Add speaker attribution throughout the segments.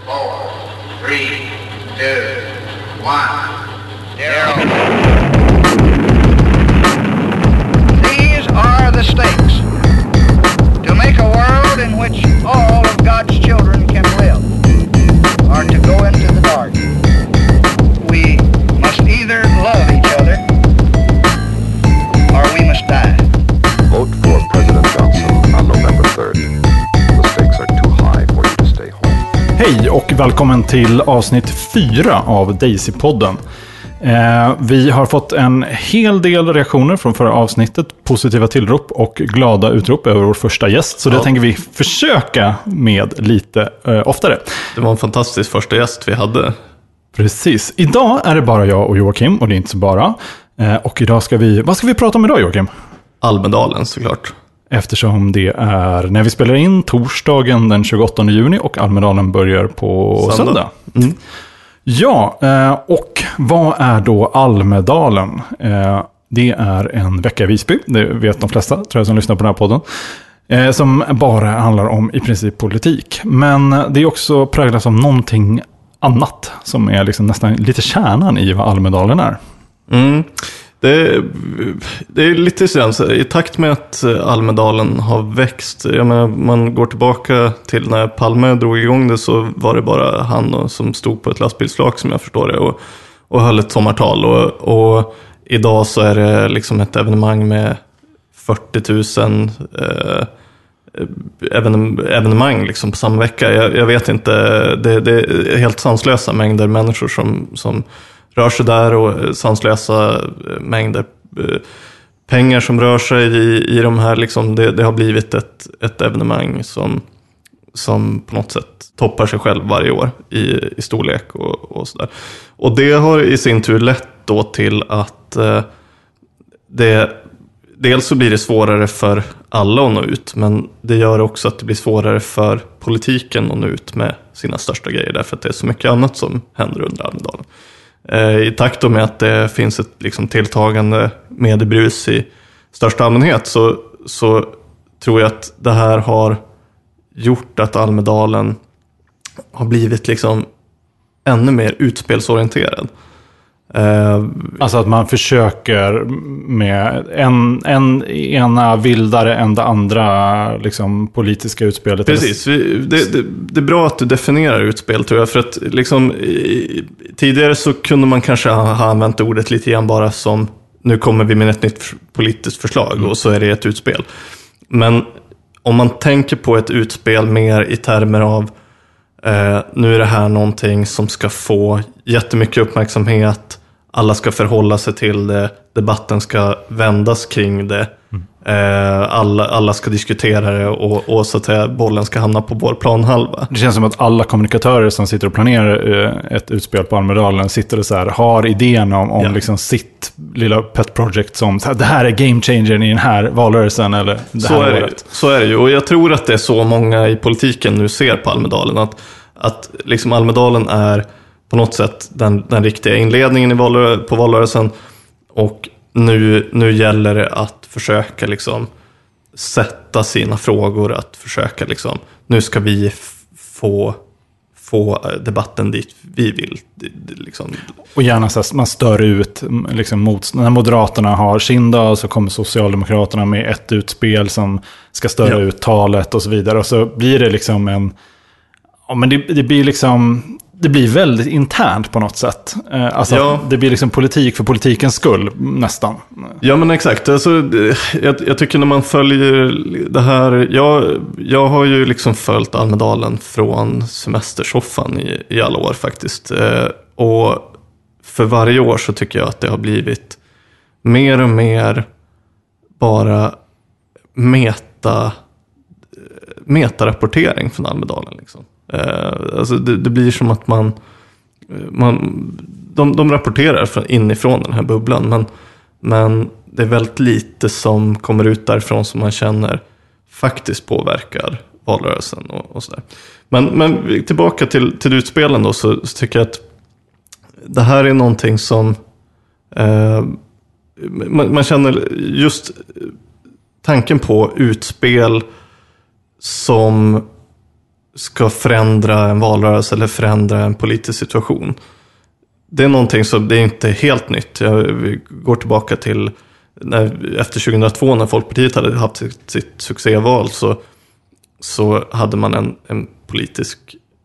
Speaker 1: 4, 3, 2, 1, 0.
Speaker 2: These are the stakes. To make a world in which all of God's children can live, or to go into the dark. We must either love each other, or we must die.
Speaker 3: Vote for President Johnson on November 3rd. The stakes are too high for you to stay home.
Speaker 4: Hej och välkommen till avsnitt 4 av Daisy-podden. Vi har fått en hel del reaktioner från förra avsnittet, positiva tillrop och glada utrop över vår första gäst. Så det tänker vi försöka med lite oftare.
Speaker 5: Det var en fantastisk första gäst vi hade.
Speaker 4: Precis. Idag är det bara jag och Joakim, och det är inte så bara. Och idag vad ska vi prata om idag, Joakim?
Speaker 5: Almedalen såklart.
Speaker 4: Eftersom det är när vi spelar in torsdagen den 28 juni och Almedalen börjar på söndag.
Speaker 5: Mm.
Speaker 4: Ja, och vad är då Almedalen? Det är en vecka i Visby, det vet de flesta tror jag som lyssnar på den här podden. Som bara handlar om i princip politik. Men det är också präglat av någonting annat som är liksom nästan lite kärnan i vad Almedalen är.
Speaker 5: Mm. Det är lite så i takt med att Almedalen har växt. Jag menar, man går tillbaka till när Palme drog igång det, så var det bara han som stod på ett lastbilsflak som jag förstår det och höll ett sommartal. Och idag så är det liksom ett evenemang med 40 000 evenemang liksom på samma vecka. Jag vet inte, det är helt sanslösa mängder människor som rör sig där, och sanslösa mängder pengar som rör sig i de här liksom, det har blivit ett evenemang som på något sätt toppar sig själv varje år i storlek och sådär. Och det har i sin tur lett då till att dels så blir det svårare för alla att nå ut, men det gör också att det blir svårare för politiken att nå ut med sina största grejer, därför att det är så mycket annat som händer under Almedalen. I takt med att det finns ett liksom tilltagande mediebrus i största allmänhet, så tror jag att det här har gjort att Almedalen har blivit liksom ännu mer utspelsorienterad.
Speaker 4: Alltså att man försöker med en ena vildare än det andra liksom politiska utspelet.
Speaker 5: Precis, det är bra att du definierar utspel, tror jag, för att liksom, tidigare så kunde man kanske ha använt ordet lite grann bara som nu kommer vi med ett nytt politiskt förslag och så är det ett utspel. Men om man tänker på ett utspel mer i termer av nu är det här någonting som ska få jättemycket uppmärksamhet, alla ska förhålla sig till det, debatten ska vändas kring det, alla ska diskutera det och så att säga, bollen ska hamna på vår planhalva. Det
Speaker 4: känns som att alla kommunikatörer som sitter och planerar ett utspel på Almedalen sitter och så här, har idén om liksom sitt lilla pet project som så här, det här är game changer i den här valrörelsen eller det här året.
Speaker 5: Så är det ju, och jag tror att det är så många i politiken nu ser på Almedalen, att liksom Almedalen är på något sätt den riktiga inledningen på valrörelsen, och nu gäller det att försöka liksom sätta sina frågor, att försöka liksom, nu ska vi få debatten dit vi vill liksom.
Speaker 4: Och gärna så att man stör ut liksom, mot när Moderaterna har sin dag, så kommer Socialdemokraterna med ett utspel som ska störa ut talet och så vidare, och så blir det liksom men det blir liksom, det blir väldigt internt på något sätt. Alltså, det blir liksom politik för politikens skull, nästan.
Speaker 5: Ja, men exakt. Alltså, jag tycker när man följer det här... Jag har ju liksom följt Almedalen från semestersoffan i alla år faktiskt. Och för varje år så tycker jag att det har blivit mer och mer bara metarapportering från Almedalen liksom. Alltså det blir som att de rapporterar inifrån den här bubblan, men det är väldigt lite som kommer ut därifrån som man känner faktiskt påverkar valrörelsen och sådär. Men tillbaka till utspelen då, så tycker jag att det här är någonting som man känner just tanken på utspel som ska förändra en valrörelse eller förändra en politisk situation. Det är någonting som det är inte helt nytt. Vi går tillbaka till efter 2002 när Folkpartiet hade haft sitt succéval, så hade man en politisk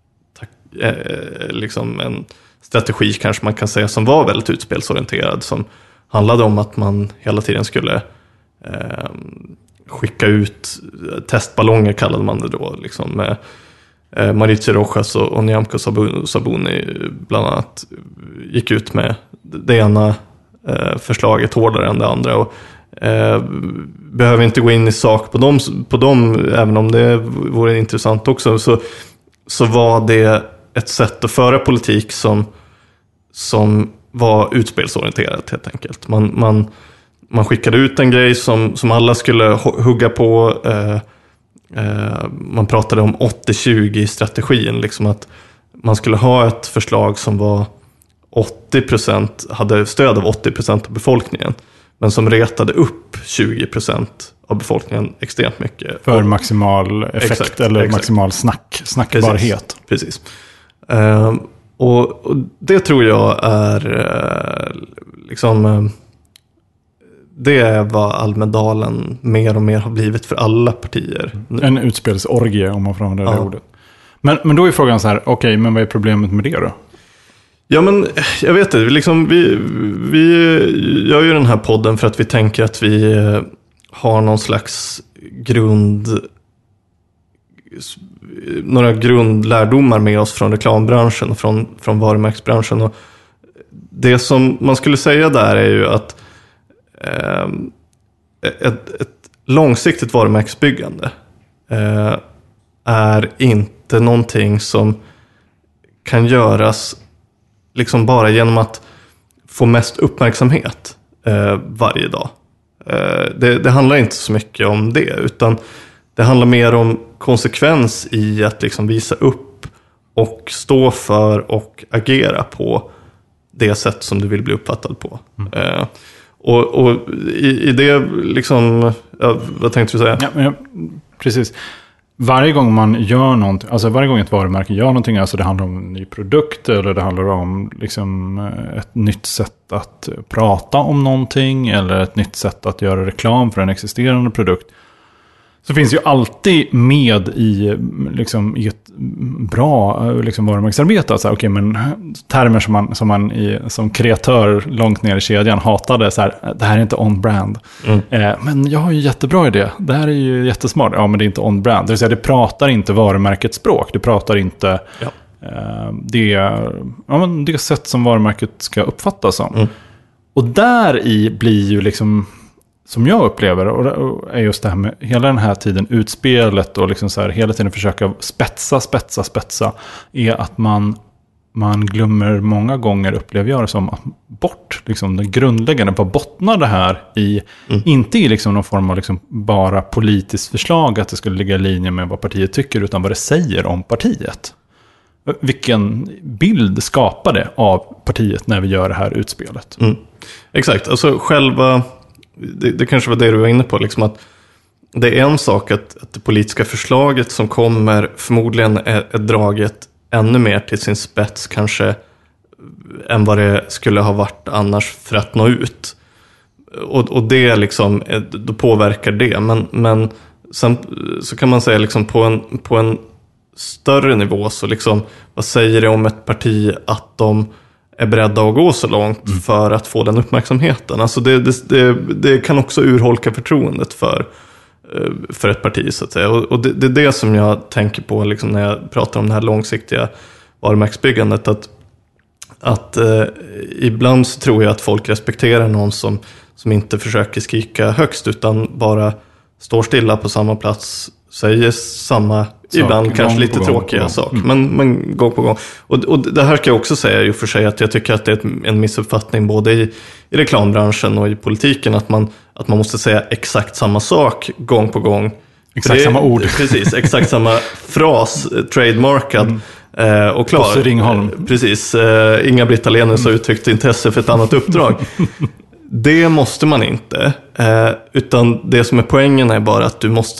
Speaker 5: liksom en strategi kanske man kan säga som var väldigt utspelsorienterad, som handlade om att man hela tiden skulle skicka ut testballonger, kallade man det då, liksom med Mauricio Rojas och Nyamko Sabuni bland annat gick ut med det ena förslaget hårdare än det andra, och behöver inte gå in i sak på dem även om det vore intressant också, så var det ett sätt att föra politik som var utspelsorienterat helt enkelt. Man skickade ut en grej som alla skulle hugga på. Man pratade om 80-20-strategin, liksom att man skulle ha ett förslag som var 80%, hade stöd av 80% av befolkningen, men som retade upp 20% av befolkningen extremt mycket.
Speaker 4: För maximal effekt, exakt, eller exakt. Maximal snackbarhet.
Speaker 5: Precis. Och det tror jag är liksom... Det är vad Almedalen mer och mer har blivit för alla partier.
Speaker 4: En utspelsorgie, om man får använda det ordet. Men då är frågan så här, okej, men vad är problemet med det då?
Speaker 5: Ja, men jag vet det. Liksom, vi gör ju den här podden för att vi tänker att vi har någon slags några grundlärdomar med oss från reklambranschen och från varumärksbranschen. Och det som man skulle säga där är ju att ett långsiktigt varumärkesbyggande är inte någonting som kan göras liksom bara genom att få mest uppmärksamhet varje dag. Det handlar inte så mycket om det, utan det handlar mer om konsekvens i att liksom visa upp och stå för och agera på det sätt som du vill bli uppfattad på. Och i det liksom, vad tänkte du säga?
Speaker 4: Ja, precis. Varje gång man gör någonting, alltså varje gång ett varumärke gör någonting, alltså det handlar om en ny produkt eller det handlar om liksom ett nytt sätt att prata om någonting eller ett nytt sätt att göra reklam för en existerande produkt, så finns ju alltid med i ett bra liksom varumärkesarbete. Alltså, okej, men termer som man som kreatör långt ner i kedjan hatade. Så här, det här är inte on-brand. Men jag har ju jättebra idé. Det här är ju jättesmart. Ja, men det är inte on-brand. Det vill säga, det pratar inte varumärkets språk. Det pratar inte det sätt som varumärket ska uppfattas som. Och där i blir ju liksom... som jag upplever, och är just det här med hela den här tiden, utspelet och liksom så här, hela tiden försöka spetsa, är att man glömmer många gånger, upplever jag det som, att bort liksom det grundläggande, på bottnar det här i, inte i liksom någon form av liksom bara politiskt förslag att det skulle ligga i linje med vad partiet tycker, utan vad det säger om partiet. Vilken bild skapar det av partiet när vi gör det här utspelet?
Speaker 5: Exakt, alltså själva... Det kanske var det du var inne på, liksom att det är en sak att det politiska förslaget som kommer förmodligen är draget ännu mer till sin spets kanske än vad det skulle ha varit annars för att nå ut. Och det liksom, då påverkar det. Men sen så kan man säga liksom på en större nivå, så liksom, vad säger det om ett parti att de är beredda att gå så långt för att få den uppmärksamheten? Alltså det kan också urholka förtroendet för ett parti, så att säga. Och det är det som jag tänker på liksom, när jag pratar om det här långsiktiga varumärkesbyggandet, att ibland så tror jag att folk respekterar någon som inte försöker skrika högst, utan bara står stilla på samma plats, säger samma ibland kanske lite tråkiga saker, men gång på gång. Och det här ska jag också säga ju för sig, att jag tycker att det är en missuppfattning både i reklambranschen och i politiken, att man måste säga exakt samma sak gång på gång.
Speaker 4: Exakt samma ord.
Speaker 5: Precis, exakt samma fras, trademarkad och klar.
Speaker 4: Bosse Ringholm.
Speaker 5: Precis, Inga-Britt Ahlenius har uttryckt intresse för ett annat uppdrag. Det måste man inte, utan det som är poängen är bara att du måste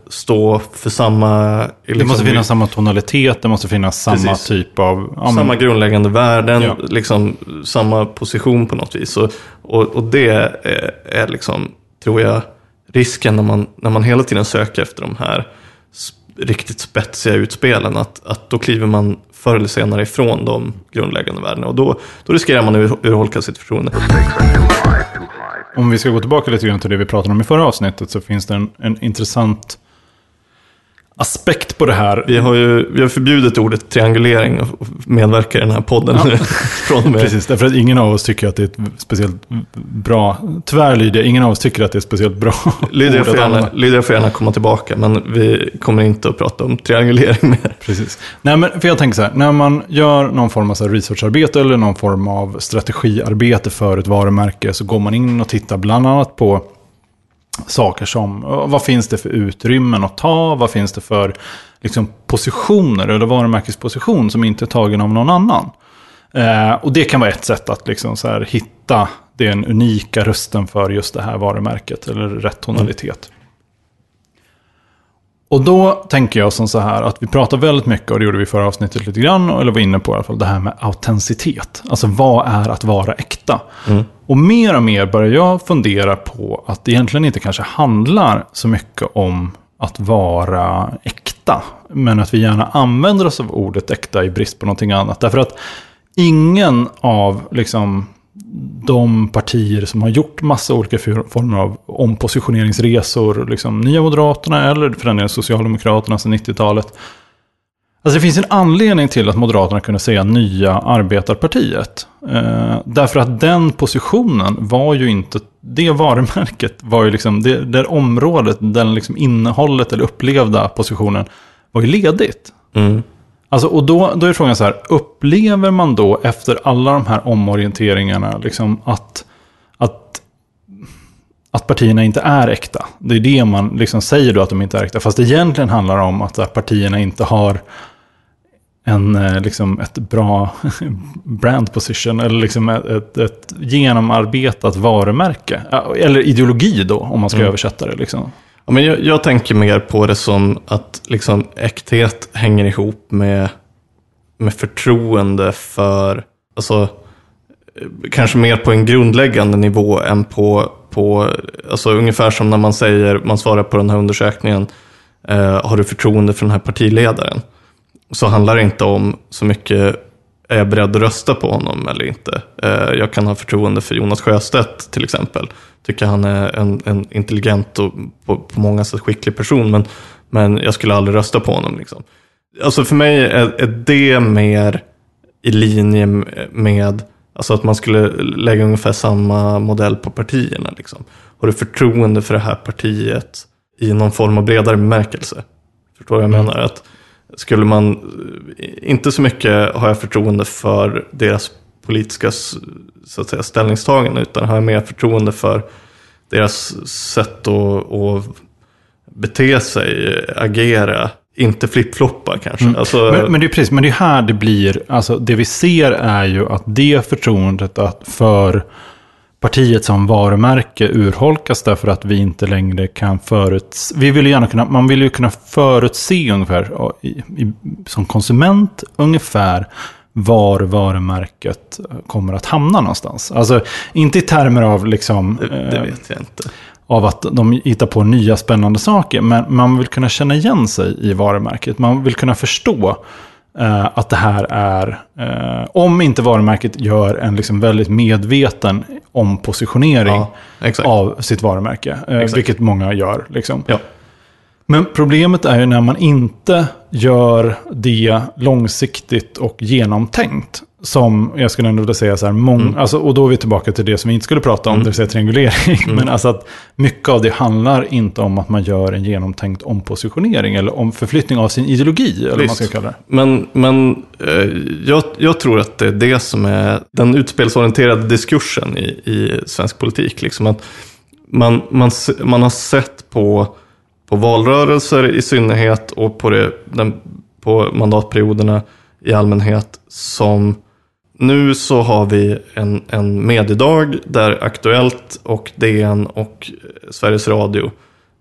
Speaker 5: stå för samma...
Speaker 4: Det måste finnas samma tonalitet, det måste finnas samma typ av...
Speaker 5: samma grundläggande värden, liksom samma position på något vis. Och det är liksom, tror jag, risken när man hela tiden söker efter de här riktigt spetsiga utspelen, att då kliver man förr eller senare ifrån de grundläggande värdena. Och då riskerar man att urholka sitt förtroende.
Speaker 4: Om vi ska gå tillbaka lite grann till det vi pratade om i förra avsnittet, så finns det en intressant aspekt på det här.
Speaker 5: Vi har förbjudit ordet triangulering och medverkar i den här podden.
Speaker 4: Ja. Precis, därför att ingen av oss tycker att det är ett speciellt bra... Tyvärr, Lydia, ingen av oss tycker att det är ett speciellt bra
Speaker 5: Lydia får gärna komma tillbaka, men vi kommer inte att prata om triangulering mer.
Speaker 4: Precis. Nej, men för jag tänker så här, när man gör någon form av så här researcharbete eller någon form av strategiarbete för ett varumärke, så går man in och tittar bland annat på saker som, vad finns det för utrymmen att ta, vad finns det för liksom, positioner eller varumärkesposition som inte är tagen av någon annan. Och det kan vara ett sätt att liksom, så här, hitta den unika rösten för just det här varumärket eller rätt tonalitet. Och då tänker jag som så här att vi pratar väldigt mycket, och det gjorde vi förra avsnittet lite grann, eller var inne på i alla fall, det här med autenticitet. Alltså vad är att vara äkta? Och mer börjar jag fundera på att det egentligen inte kanske handlar så mycket om att vara äkta, men att vi gärna använder oss av ordet äkta i brist på någonting annat. Därför att ingen av liksom, de partier som har gjort massa olika former av ompositioneringsresor, liksom Nya Moderaterna eller för den delen Socialdemokraterna sedan 90-talet. Alltså det finns en anledning till att Moderaterna kunde säga Nya Arbetarpartiet. Därför att den positionen var ju inte, det varumärket var ju liksom, det området, den liksom innehållet eller upplevda positionen var ju ledigt. Alltså, och då är frågan så här, upplever man då efter alla de här omorienteringarna liksom att partierna inte är äkta? Det är det man liksom säger då, att de inte är äkta. Fast det egentligen handlar om att partierna inte har liksom ett bra brand position eller liksom ett genomarbetat varumärke. Eller ideologi då, om man ska översätta det liksom.
Speaker 5: Ja, men jag tänker mer på det som att liksom äkthet hänger ihop med förtroende för, alltså kanske mer på en grundläggande nivå än på alltså ungefär som när man svarar på den här undersökningen, har du förtroende för den här partiledaren? Så handlar det inte om så mycket, är jag beredd att rösta på honom eller inte? Jag kan ha förtroende för Jonas Sjöstedt till exempel. Tycker han är en intelligent och på många sätt skicklig person, men jag skulle aldrig rösta på honom liksom. Alltså för mig är det mer i linje med, alltså att man skulle lägga ungefär samma modell på partierna liksom. Har du förtroende för det här partiet i någon form av bredare bemärkelse? Förstår vad jag menar? Att skulle man inte så mycket har jag förtroende för deras politiska, så att säga, ställningstagande, utan har jag mer förtroende för deras sätt att bete sig, agera, inte flip-floppa kanske. Alltså,
Speaker 4: men det är precis, men det är här det blir, alltså det vi ser är ju att det förtroendet för partiet som varumärke urholkas därför att vi inte längre kan man vill ju kunna förutse ungefär som konsument ungefär var varumärket kommer att hamna någonstans. Alltså inte i termer av liksom
Speaker 5: det vet jag inte.
Speaker 4: Av att de hittar på nya spännande saker, men man vill kunna känna igen sig i varumärket. Man vill kunna förstå att det här är, om inte varumärket gör en liksom väldigt medveten ompositionering av sitt varumärke, vilket många gör liksom. Ja. Men problemet är ju när man inte gör det långsiktigt och genomtänkt, som jag skulle ändå vilja säga så här, alltså, och då är vi tillbaka till det som vi inte skulle prata om, det vill säga triangulering. Men alltså att mycket av det handlar inte om att man gör en genomtänkt ompositionering eller om förflyttning av sin ideologi, eller vad man ska kalla det. Men
Speaker 5: jag tror att det är det som är den utspelsorienterade diskursen i svensk politik. Liksom att man har sett på valrörelser i synnerhet och på mandatperioderna i allmänhet som nu så har vi en mediedag där Aktuellt och DN och Sveriges Radio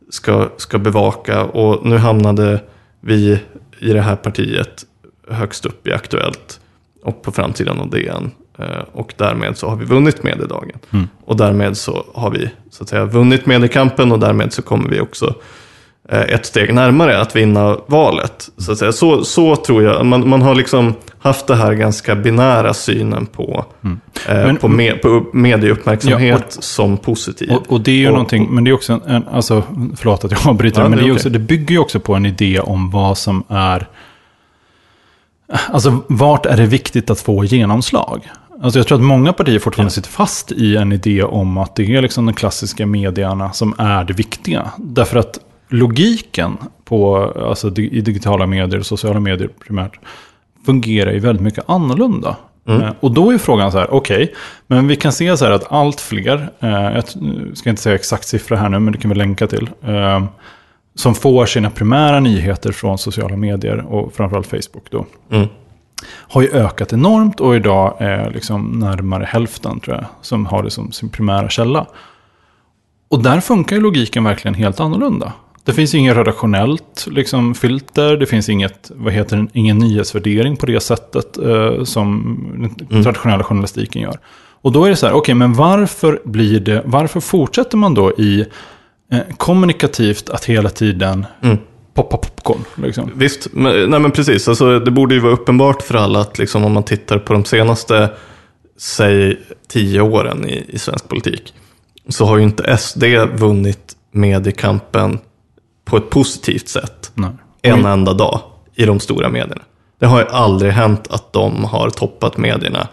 Speaker 5: ska bevaka. Och nu hamnade vi i det här partiet högst upp i Aktuellt och på framsidan av DN. Och därmed så har vi vunnit mediedagen. Och därmed så har vi så att säga vunnit mediekampen, och därmed så kommer vi också ett steg närmare att vinna valet. Så att säga. Så tror jag. Man har liksom haft det här ganska binära synen på medieuppmärksamhet som positiv.
Speaker 4: Och det är ju någonting, men det är också alltså, förlåt att jag avbryter, men det bygger ju också på en idé om vad som är, alltså vart är det viktigt att få genomslag? Alltså jag tror att många partier fortfarande sitter fast i en idé om att det är liksom de klassiska medierna som är det viktiga. Därför att logiken på, alltså i digitala medier och sociala medier primärt fungerar ju väldigt mycket annorlunda. Och då är frågan så här, okej, men vi kan se så här att allt fler, jag ska inte säga exakt siffra här nu, men det kan vi länka till, som får sina primära nyheter från sociala medier och framförallt Facebook då, har ju ökat enormt, och idag är liksom närmare hälften tror jag som har det som sin primära källa. Och där funkar ju logiken verkligen helt annorlunda. Det finns inget redaktionellt liksom, filter, det finns ingen nyhetsvärdering på det sättet som den traditionella journalistiken gör. Och då är det så här, okej, men varför fortsätter man då i kommunikativt att hela tiden poppa popcorn? Liksom?
Speaker 5: Visst, men precis. Alltså, det borde ju vara uppenbart för alla att liksom, om man tittar på de senaste, säg 10 åren i svensk politik, så har ju inte SD vunnit mediekampen på ett positivt sätt en enda dag i de stora medierna. Det har ju aldrig hänt att de har toppat medierna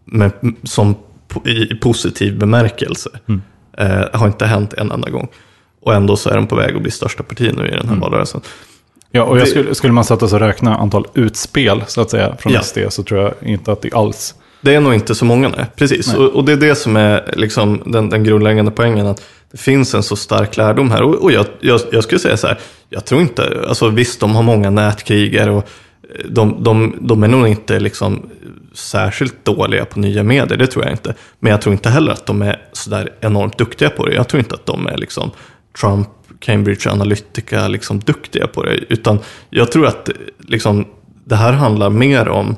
Speaker 5: i positiv bemärkelse. Det har inte hänt en enda gång. Och ändå så är de på väg att bli största parti nu i den här valrörelsen.
Speaker 4: Ja, och skulle man sätta sig och räkna antal utspel så att säga från SD, så tror jag inte att det alls...
Speaker 5: Det är nog inte så många, nej. Precis. Och det är det som är liksom den grundläggande poängen, att det finns en så stark lärdom här. Och jag skulle säga så här, jag tror inte, alltså visst, de har många nätkrigare och de är nog inte liksom särskilt dåliga på nya medier, det tror jag inte. Men jag tror inte heller att de är så där enormt duktiga på det. Jag tror inte att de är liksom Trump, Cambridge Analytica liksom duktiga på det. Utan jag tror att liksom, det här handlar mer om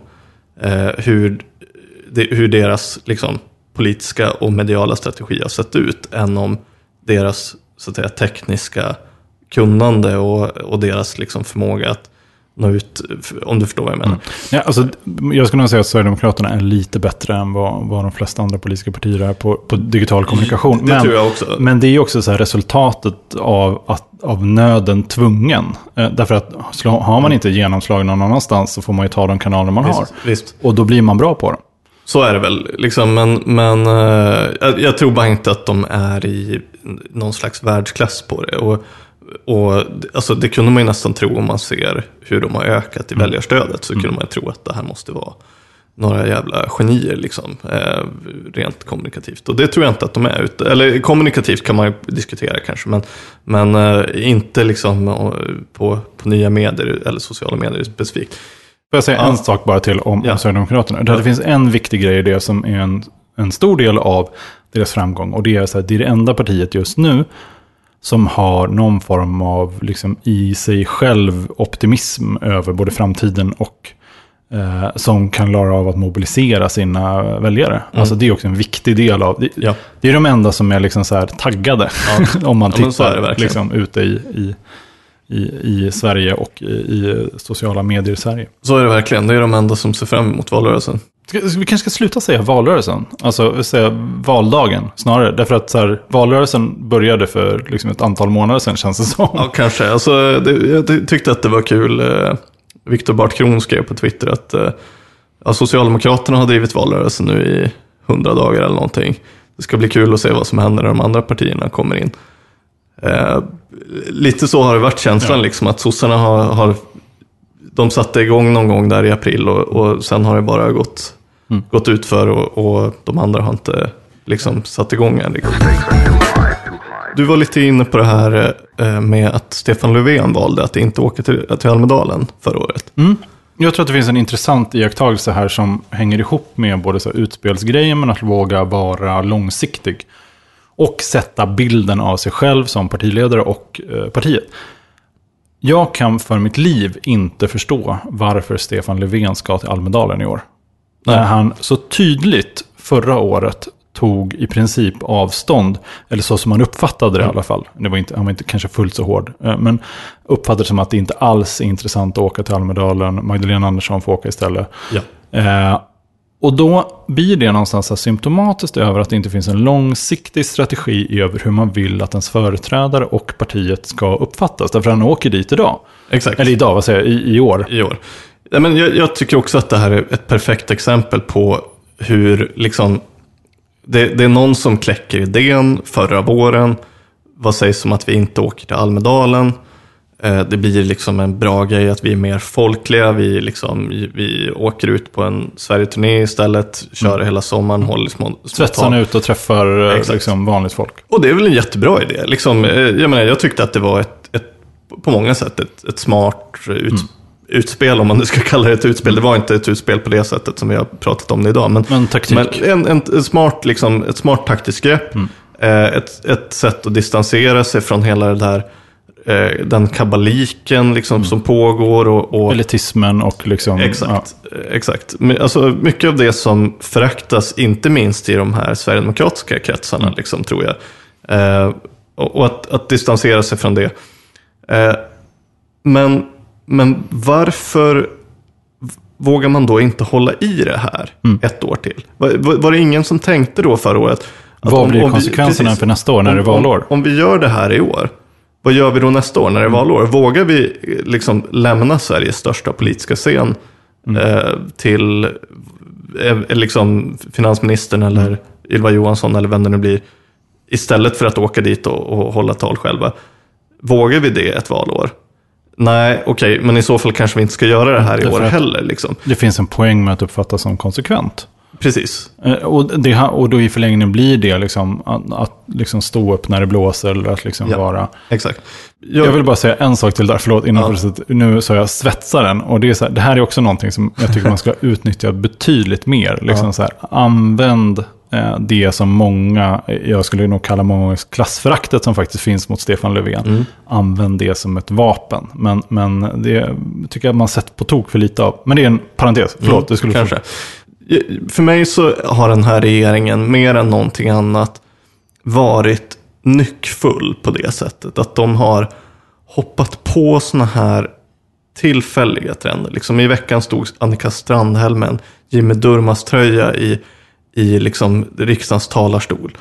Speaker 5: hur deras liksom, politiska och mediala strategi har sett ut, än om deras så att säga, tekniska kunnande och deras liksom, förmåga att nå ut, om du förstår vad jag menar.
Speaker 4: Ja, alltså, jag skulle nog säga att Sverigedemokraterna är lite bättre än vad de flesta andra politiska partier är på digital kommunikation.
Speaker 5: Det tror jag också.
Speaker 4: Men det är ju också så här resultatet av nöden tvungen. Därför att har man inte genomslag någon annanstans, så får man ju ta de kanaler man har.
Speaker 5: Visst.
Speaker 4: Och då blir man bra på dem.
Speaker 5: Så är det väl, liksom, men jag tror bara inte att de är i någon slags världsklass på det. Och alltså, det kunde man ju nästan tro om man ser hur de har ökat i väljarstödet. Så kunde man ju tro att det här måste vara några jävla genier liksom, rent kommunikativt. Och det tror jag inte att de är. Eller kommunikativt kan man ju diskutera kanske, men inte liksom på nya medier eller sociala medier specifikt.
Speaker 4: Får jag säga en sak bara till om Sverigedemokraterna? Det finns en viktig grej i det som är en stor del av deras framgång. Och det är så här, det är det enda partiet just nu som har någon form av liksom i sig själv optimism över både framtiden och som kan klara av att mobilisera sina väljare. Alltså det är också en viktig del av det. Det är de enda som är liksom så här taggade om man tittar liksom ute i Sverige och i sociala medier i Sverige.
Speaker 5: Så är det verkligen. Det är de enda som ser fram emot valrörelsen.
Speaker 4: Vi kanske ska sluta säga valrörelsen. Alltså säga valdagen snarare. Därför att så här, valrörelsen började för liksom ett antal månader sedan, känns det som.
Speaker 5: Ja, kanske. Alltså, jag tyckte att det var kul. Viktor Bart Kron skrev på Twitter att Socialdemokraterna har drivit valrörelsen nu i 100 dagar eller någonting. Det ska bli kul att se vad som händer när de andra partierna kommer in. Lite så har det varit känslan liksom, att sossarna har de satte igång någon gång där i april och sen har det bara gått ut för och de andra har inte liksom satt igång än. Du var lite inne på det här med att Stefan Löfven valde att inte åka till Almedalen förra året.
Speaker 4: Jag tror att det finns en intressant iakttagelse här som hänger ihop med både så här utspelsgrejen men att våga vara långsiktig. och sätta bilden av sig själv som partiledare och partiet. Jag kan för mitt liv inte förstå varför Stefan Löfven ska till Almedalen i år. När han så tydligt förra året tog i princip avstånd, eller så som man uppfattade det i alla fall. Han var inte kanske fullt så hård, men uppfattade som att det inte alls är intressant att åka till Almedalen. Magdalena Andersson får åka istället. Ja. Och då blir det någonstans symptomatiskt över att det inte finns en långsiktig strategi över hur man vill att ens företrädare och partiet ska uppfattas. Därför han åker dit idag.
Speaker 5: Exakt.
Speaker 4: Eller idag, vad säger jag? I år.
Speaker 5: I år. Ja, men jag tycker också att det här är ett perfekt exempel på hur liksom det är någon som kläcker idén förra våren. Vad sägs om att vi inte åker till Almedalen? Det blir liksom en bra grej att vi är mer folkliga. Vi åker ut på en Sverige-turné istället. Kör hela sommaren. Håller små
Speaker 4: Svetsarna ut och träffar liksom vanligt folk.
Speaker 5: Och det är väl en jättebra idé. Liksom, jag tyckte att det var på många sätt ett smart utspel, om man nu ska kalla det ett utspel. Det var inte ett utspel på det sättet som vi har pratat om det idag. Men taktik. En smart, liksom, ett smart taktiskt grepp. Ett sätt att distansera sig från hela det där den kabbaliken liksom, som pågår och
Speaker 4: elitismen och liksom...
Speaker 5: Exakt. Alltså, mycket av det som föraktas, inte minst i de här sverigedemokratiska kretsarna, liksom, tror jag. Och att distansera sig från det. Men varför vågar man då inte hålla i det här ett år till? Var det ingen som tänkte då förra året?
Speaker 4: Vad blir konsekvenserna för nästa år när det är valår?
Speaker 5: Om vi gör det här i år, vad gör vi då nästa år när det är valår? Vågar vi liksom lämna Sveriges största politiska scen till liksom finansministern eller Ylva Johansson eller vem det nu blir, istället för att åka dit och hålla tal själva? Vågar vi det ett valår? Nej, okej, men i så fall kanske vi inte ska göra det här i år heller. Liksom.
Speaker 4: Det finns en poäng med att uppfatta som konsekvent.
Speaker 5: Precis.
Speaker 4: Och då i förlängningen blir det liksom att liksom stå upp när det blåser eller att liksom vara...
Speaker 5: Exakt.
Speaker 4: Jag vill bara säga en sak till där, förlåt, nu sa jag svetsaren, och det är så här, det här är också någonting som jag tycker man ska utnyttja betydligt mer. Liksom så här, använd det som många, jag skulle nog kalla många klassföraktet som faktiskt finns mot Stefan Löfven. Använd det som ett vapen. Men det tycker jag man sett på tok för lite av. Men det är en parentes, förlåt. Det skulle
Speaker 5: kanske. För mig så har den här regeringen mer än någonting annat varit nyckfull på det sättet. Att de har hoppat på såna här tillfälliga trender. Liksom i veckan stod Annika Strandhäll med en Jimmy Durmaz tröja i liksom riksdagens talarstol.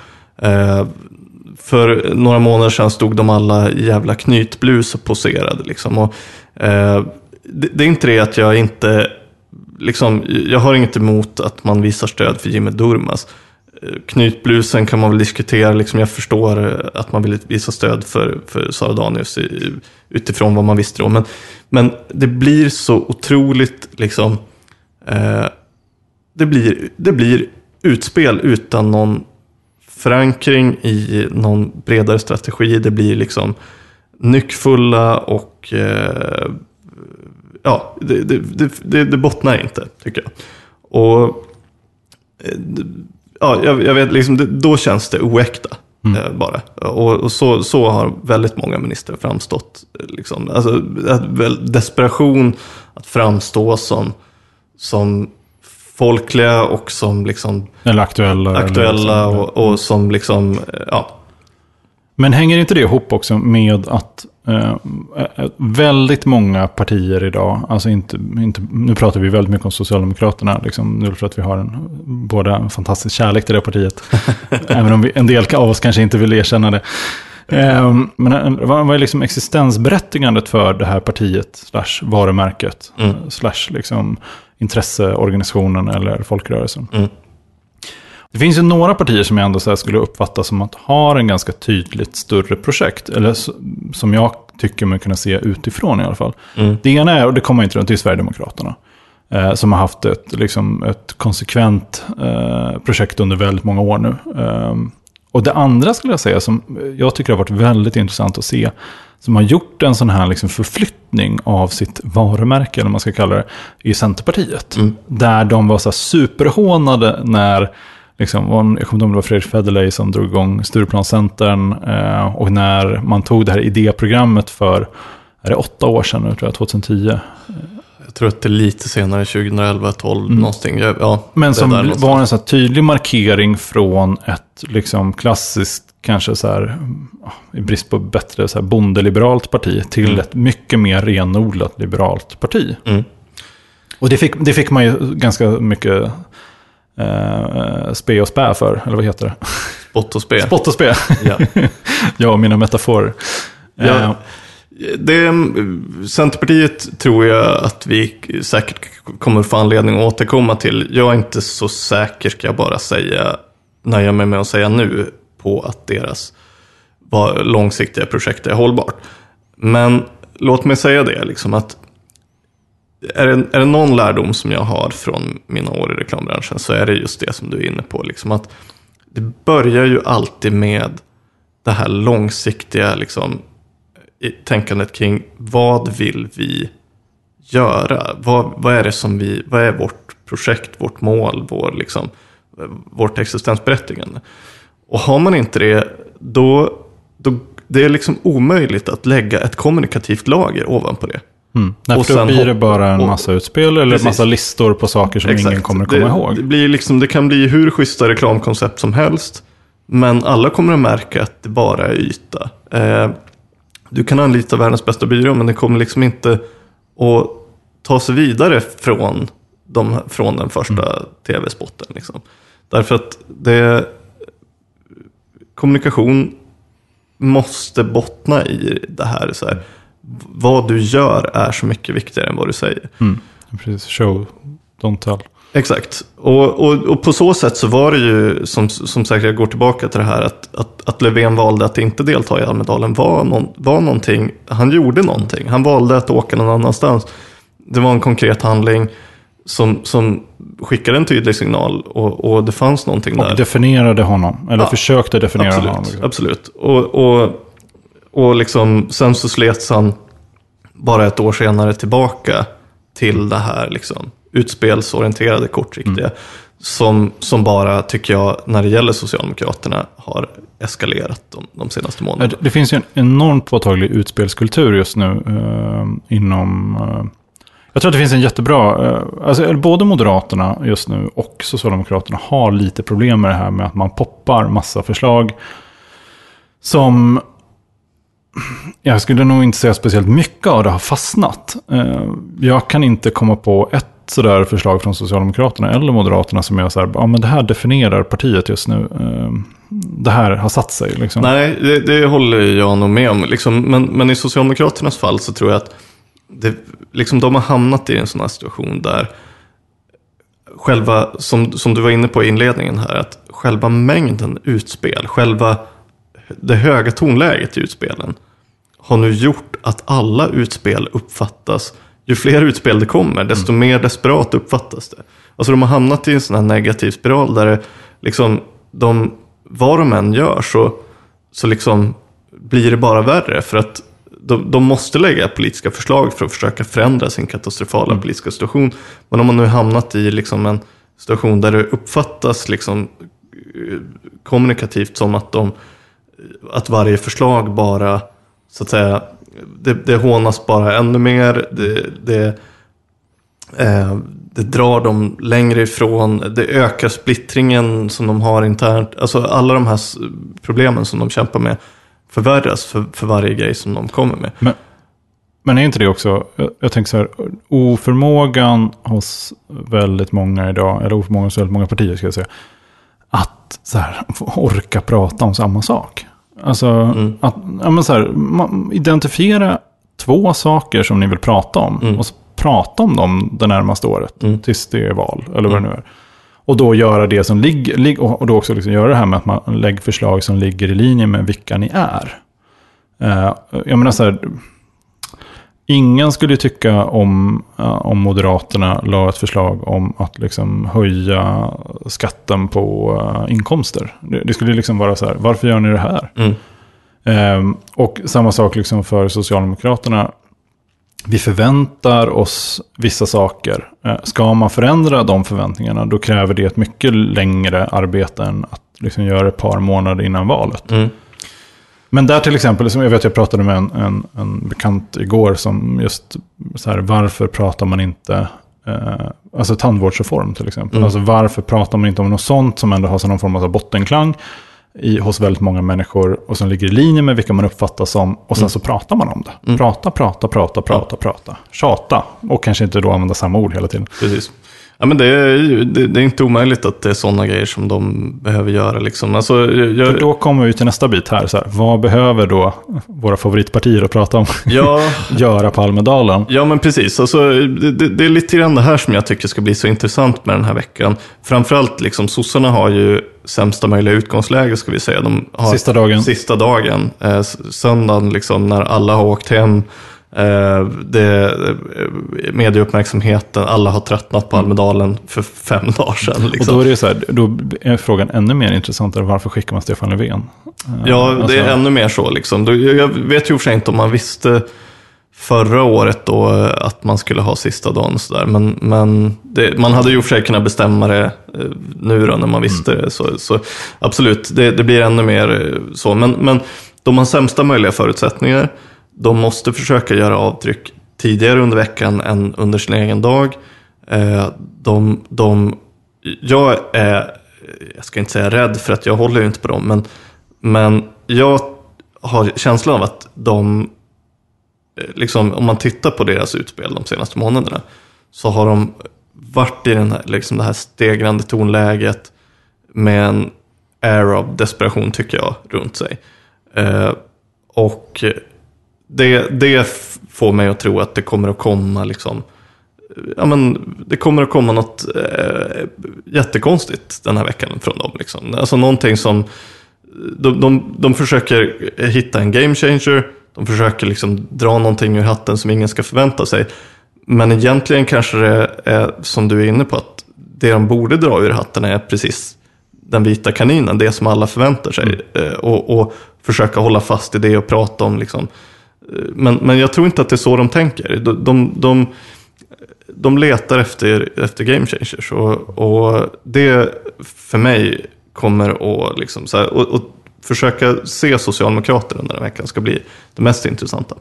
Speaker 5: För några månader sedan stod de alla i jävla knytblus och poserade. Liksom. Och, det är inte det att jag inte... Liksom, jag har inget emot att man visar stöd för Jimmy Durmaz. Knytblusen kan man väl diskutera. Liksom, jag förstår att man vill visa stöd för Sara Danius utifrån vad man visste då. Men det blir så otroligt... Liksom, det blir utspel utan någon förankring i någon bredare strategi. Det blir liksom nyckfulla och... Ja, det bottnar inte, tycker jag. Och ja, jag vet liksom, då känns det oäkta bara. Och så har väldigt många ministrar framstått. Liksom. Alltså, desperation att framstå som folkliga och som liksom...
Speaker 4: Eller aktuella
Speaker 5: eller och som liksom, ja.
Speaker 4: Men hänger inte det ihop också med att väldigt många partier idag, alltså inte, nu pratar vi väldigt mycket om Socialdemokraterna, liksom, nu för att vi har båda en fantastisk kärlek till det partiet, även om en del av oss kanske inte vill erkänna det. Men vad är liksom existensberättigandet för det här partiet / varumärket / liksom intresseorganisationen eller folkrörelsen? Det finns ju några partier som jag ändå så här skulle uppfatta som att har en ganska tydligt större projekt. Eller som jag tycker man kunna se utifrån i alla fall. Det ena är, och det kommer inte runt, till Sverigedemokraterna. Som har haft ett konsekvent projekt under väldigt många år nu. Och det andra skulle jag säga som jag tycker har varit väldigt intressant att se. Som har gjort en sån här liksom förflyttning av sitt varumärke, eller man ska kalla det, i Centerpartiet. Där de var så här superhånade när liksom, jag kommer inte ihåg om det var Fredrik Federley som drog igång Stureplanscentern, och när man tog det här idéprogrammet för, är det 8 år sedan nu, tror jag, 2010?
Speaker 5: Jag tror att det är lite senare, 2011-12 någonting. Ja,
Speaker 4: men som var en så här tydlig markering från ett liksom klassiskt, kanske så här, i brist på bättre, så här bondeliberalt parti till ett mycket mer renodlat liberalt parti. Och det fick man ju ganska mycket spe och spä för, eller vad heter det?
Speaker 5: Spott och spe.
Speaker 4: Spott och spe. Ja, ja, mina metaforer.
Speaker 5: Ja. Centerpartiet tror jag att vi säkert kommer få anledning att återkomma till. Jag är inte så säker, ska jag bara nöja mig med att säga nu, på att deras långsiktiga projekt är hållbart. Men låt mig säga det, liksom, att är det någon lärdom som jag har från mina år i reklambranschen, så är det just det som du är inne på. Liksom, att det börjar ju alltid med det här långsiktiga liksom, tänkandet kring vad vill vi göra? Vad är det som vad är vårt projekt, vårt mål, vårt existensberättigande? Och har man inte det, då det är liksom omöjligt att lägga ett kommunikativt lager ovanpå det.
Speaker 4: Och sen blir det bara en massa utspel eller en massa listor på saker som ingen kommer komma ihåg.
Speaker 5: Det blir liksom, det kan bli hur schyssta reklamkoncept som helst, men alla kommer att märka att det bara är yta. Du kan anlita världens bästa byrå, men det kommer liksom inte att ta sig vidare från den första tv-spotten. Liksom. Därför att kommunikation måste bottna i det här. Så här, vad du gör är så mycket viktigare än vad du säger.
Speaker 4: Precis, show, don't tell.
Speaker 5: Exakt. Och på så sätt så var det ju, som sagt, jag går tillbaka till det här, att Löfven valde att inte delta i Almedalen var någonting. Han gjorde någonting. Han valde att åka någon annanstans. Det var en konkret handling som skickade en tydlig signal, och det fanns någonting där.
Speaker 4: Och definierade honom, eller försökte definiera honom. Liksom.
Speaker 5: Absolut. Och liksom, sen så slets han bara ett år senare tillbaka till det här liksom utspelsorienterade kortsiktiga som bara, tycker jag, när det gäller Socialdemokraterna har eskalerat de senaste månaderna.
Speaker 4: Det finns ju en enormt påtaglig utspelskultur just nu inom... Jag tror att det finns en jättebra... Alltså, både Moderaterna just nu och Socialdemokraterna har lite problem med det här med att man poppar massa förslag som... Jag skulle nog inte säga speciellt mycket av det har fastnat. Jag kan inte komma på ett sådär förslag från Socialdemokraterna eller Moderaterna som är så här, men det här definierar partiet just nu. Det här har satt sig. Liksom.
Speaker 5: Nej, det håller jag nog med om. Liksom, men i Socialdemokraternas fall så tror jag att de har hamnat i en sån här situation där själva, som du var inne på i inledningen här, att själva mängden utspel, det höga tonläget i utspelen har nu gjort att alla utspel uppfattas, ju fler utspel det kommer, desto mer desperat uppfattas det. Alltså de har hamnat i en sån här negativ spiral där det, liksom, vad de än gör så liksom blir det bara värre, för att de måste lägga politiska förslag för att försöka förändra sin katastrofala politiska situation. Men om man nu hamnat i liksom en situation där det uppfattas liksom kommunikativt som att varje förslag bara, så att säga, det hånas bara ännu mer, det drar dem längre ifrån, det ökar splittringen som de har internt. Alltså alla de här problemen som de kämpar med förvärras för varje grej som de kommer med.
Speaker 4: Men är inte det också, jag tänker så här, oförmågan hos väldigt många idag, eller oförmågan hos väldigt många partier ska jag säga, att så här, orka prata om samma sak. Alltså, att så här, identifiera 2 saker som ni vill prata om och så prata om dem det närmaste året tills det är val, eller vad det nu är. Och då göra det som ligger och då också liksom göra det här med att man lägger förslag som ligger i linje med vilka ni är. Jag menar så här, ingen skulle tycka om Moderaterna la ett förslag om att liksom höja skatten på inkomster. Det skulle liksom vara så här, varför gör ni det här? Och samma sak liksom för Socialdemokraterna. vi förväntar oss vissa saker. Ska man förändra de förväntningarna, då kräver det ett mycket längre arbete än att liksom göra ett par månader innan valet.
Speaker 5: Mm.
Speaker 4: Men där till exempel, som jag pratade med en bekant igår som just så här, varför pratar man inte alltså tandvårdsreform till exempel. Alltså varför pratar man inte om något sånt som ändå har någon form av bottenklang hos väldigt många människor och som ligger i linje med vilka man uppfattar som, och sen så pratar man om det. Prata. Tjata. Och kanske inte då använda samma ord hela tiden.
Speaker 5: Precis. Ja, men det är inte omöjligt att det är sådana grejer som de behöver göra. Liksom. Alltså,
Speaker 4: För då kommer vi till nästa bit här. Så här, vad behöver då våra favoritpartier att prata om göra på Almedalen?
Speaker 5: Ja, men precis. Alltså, det är lite grann det här som jag tycker ska bli så intressant med den här veckan. Framförallt, liksom, sossarna har ju sämsta möjliga utgångsläge, ska vi säga. De har sista dagen. Söndagen, liksom, när alla har åkt hem. Medieuppmärksamheten, alla har tröttnat på Almedalen för 5 dagar sedan liksom.
Speaker 4: Och då är det så här, då är frågan ännu mer intressantare, varför skickar man Stefan Löfven?
Speaker 5: Ja, det är ännu mer så liksom. Jag vet ju för sig inte om man visste förra året då att man skulle ha sista dagen och sådär, men man hade ju för sig kunnat bestämma det nu då när man visste det, så absolut, det blir ännu mer så, men de har sämsta möjliga förutsättningar. De måste försöka göra avtryck tidigare under veckan än under sin egen dag. Jag ska inte säga rädd, för att jag håller ju inte på dem, men jag har känslan av att de, liksom, om man tittar på deras utspel de senaste månaderna, så har de varit i den här, liksom det här stegrande tonläget med en air of desperation, tycker jag, runt sig. Och det får mig att tro att det kommer att komma liksom, ja, men det kommer att komma något jättekonstigt den här veckan från dem liksom. Alltså någonting som de försöker hitta en game changer, de försöker liksom dra någonting ur hatten som ingen ska förvänta sig, men egentligen kanske det är som du är inne på, att det de borde dra ur hatten är precis den vita kaninen, det som alla förväntar sig, och försöka hålla fast i det och prata om liksom. Men jag tror inte att det är så de tänker. De letar efter game changers, och det för mig kommer att liksom, så här, och försöka se Socialdemokrater under den veckan ska bli det mest intressanta.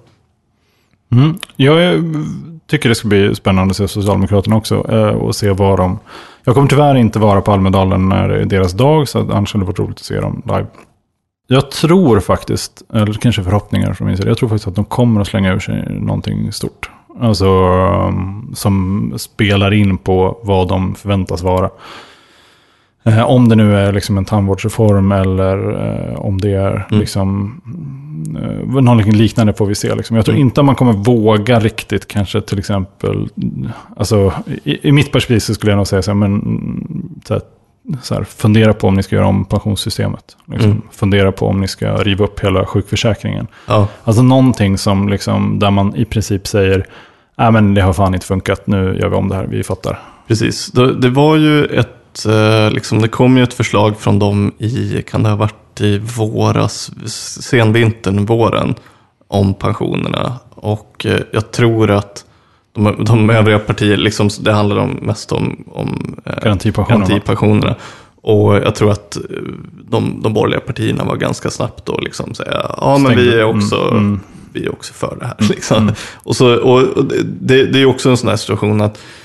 Speaker 4: Jag tycker det ska bli spännande att se Socialdemokraterna också, och se vad de... Jag kommer tyvärr inte vara på Almedalen när det är deras dag, så annars hade det varit roligt att se dem live. Jag tror faktiskt, eller kanske förhoppningar från min sida, jag tror faktiskt att de kommer att slänga ur sig någonting stort. Alltså som spelar in på vad de förväntas vara. Om det nu är liksom en tandvårdsreform, eller om det är liksom något liknande, får vi se. Liksom. Jag tror inte att man kommer våga riktigt, kanske till exempel, alltså i mitt perspektiv så skulle jag nog säga så här, men så här, fundera på om ni ska göra om pensionssystemet. Liksom. Fundera på om ni ska riva upp hela sjukförsäkringen. Ja. Alltså någonting som liksom, där man i princip säger, men det har fan inte funkat, nu gör vi om det här, vi fattar.
Speaker 5: Precis, det var ju liksom, det kom ju ett förslag från dem kan det ha varit i våras, senvintern, våren, om pensionerna. Och jag tror att de övriga partier, liksom, det handlar mest om garantipensionerna. Och jag tror att de borgerliga partierna var ganska snabbt då liksom säga, men vi är också för det här liksom. Och det är också en sån här situation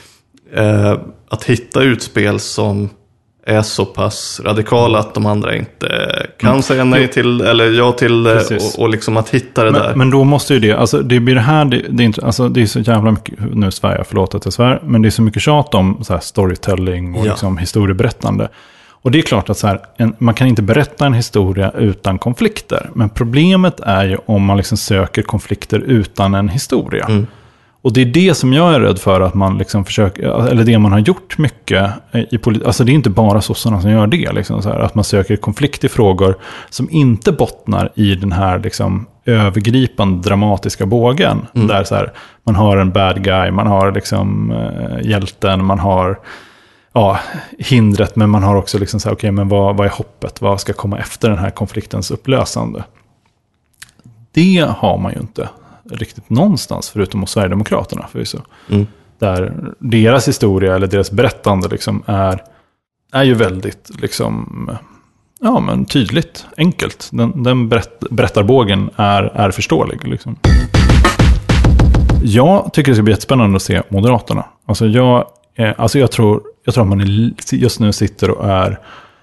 Speaker 5: att hitta utspel som är så pass radikala att de andra inte kan säga nej till eller ja till, och liksom att hitta det där. Men då måste ju det, alltså det blir det här, det är inte, alltså det är så jävla mycket, nu svär jag, förlåt att jag svär, men det är så mycket tjat om så här storytelling och liksom historieberättande. Och det är klart att så här, man kan inte berätta en historia utan konflikter, men problemet är ju om man liksom söker konflikter utan en historia. Och det är det som jag är rädd för, att man liksom försöker, eller det man har gjort mycket i alltså det är inte bara sossarna som gör det liksom, så här, att man söker konflikt i frågor som inte bottnar i den här liksom övergripande dramatiska bågen, där så här, man har en bad guy, man har liksom hjälten, man har hindret, men man har också liksom så här, okej, men vad är hoppet, vad ska komma efter den här konfliktens upplösande? Det har man ju inte.
Speaker 4: riktigt någonstans förutom hos Sverigedemokraterna förvisso. Där deras historia eller deras berättande liksom är ju väldigt liksom, ja, men tydligt, enkelt. Den berättarbågen är förståelig liksom. Jag tycker det ska bli jättespännande att se Moderaterna. Alltså jag tror att man just nu sitter och är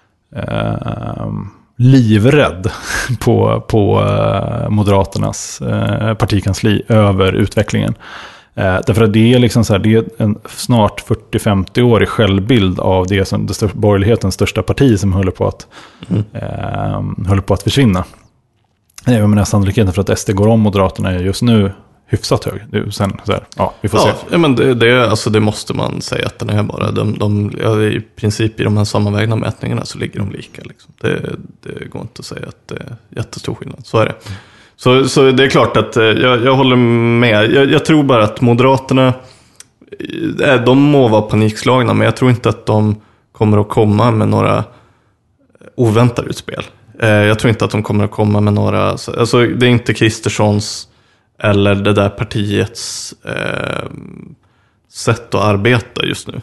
Speaker 4: livrädd på Moderaternas partikansli över utvecklingen. Därför att det är liksom så här, det är en snart 40-50-årig självbild av det som borgerlighetens största parti som håller på att försvinna. Även med sannolikheten för att SD går om Moderaterna är just nu hyfsat hög. Sen så här, ja, vi får se.
Speaker 5: Ja, men det måste man säga att den är bara. I princip i de här sammanvägda mätningarna så ligger de lika. Liksom. Det går inte att säga att det är jättestor skillnad. Så är det. Så det är klart att jag håller med. Jag tror bara att Moderaterna, de må vara panikslagna, men jag tror inte att de kommer att komma med några oväntade utspel. Jag tror inte att de kommer att komma med några, alltså det är inte Kristerssons eller det där partiets sätt att arbeta just nu.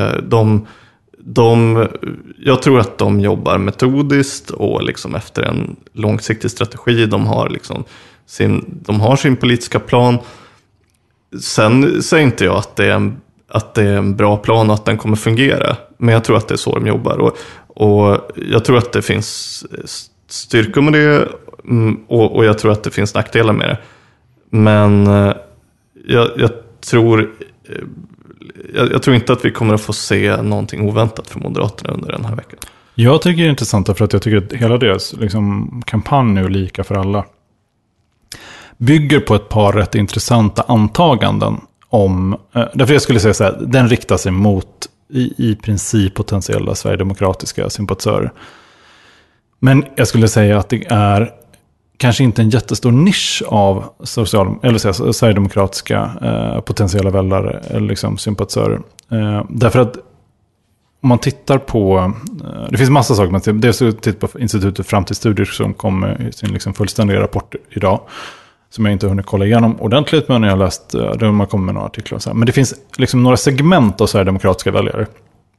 Speaker 5: Jag tror att de jobbar metodiskt och liksom efter en långsiktig strategi. De har liksom sin politiska plan. Sen säger inte jag att det är en bra plan och att den kommer fungera. Men jag tror att det är så de jobbar. Och jag tror att det finns styrkor med det. Och jag tror att det finns nackdelar med det. Men jag tror inte att vi kommer att få se någonting oväntat från Moderaterna under den här veckan.
Speaker 4: Jag tycker det är intressant för att jag tycker att hela deras liksom, kampanj nu lika för alla bygger på ett par rätt intressanta antaganden om, därför jag skulle säga så här, den riktar sig mot i princip potentiella sverigedemokratiska sympatisörer. Men jag skulle säga att det är kanske inte en jättestor nisch av sverigedemokratiska potentiella väljare eller liksom sympatisörer. Därför att om man tittar på, det finns massa saker, dels tittar på Institutet för framtidsstudier som kom med sin liksom fullständiga rapport idag, som jag inte hunnit kolla igenom ordentligt, men jag har läst, de har kommit med några artiklar och så här. Men det finns liksom några segment av sverigedemokratiska väljare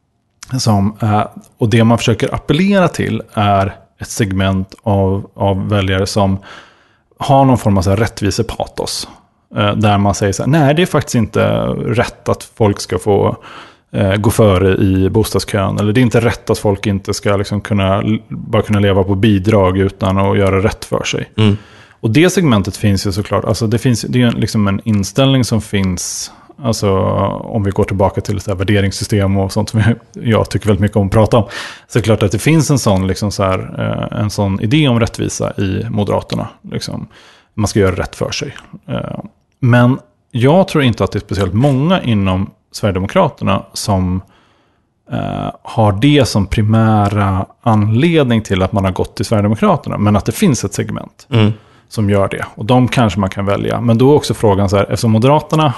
Speaker 4: och det man försöker appellera till är ett segment av väljare som har någon form av så här rättvisepatos. Där man säger så här, nej det är faktiskt inte rätt att folk ska få gå före i bostadskön. Eller det är inte rätt att folk inte ska liksom kunna leva på bidrag utan att göra rätt för sig. Mm. Och det segmentet finns ju såklart. Alltså det är liksom en inställning som finns. Alltså om vi går tillbaka till så här värderingssystem och sånt som jag tycker väldigt mycket om att prata om. Så är det klart att det finns en sån, liksom så här, en sån idé om rättvisa i Moderaterna. Liksom. Man ska göra rätt för sig. Men jag tror inte att det är speciellt många inom Sverigedemokraterna som har det som primära anledning till att man har gått till Sverigedemokraterna. Men att det finns ett segment som gör det. Och de kanske man kan välja. Men då är också frågan så här, eftersom Moderaterna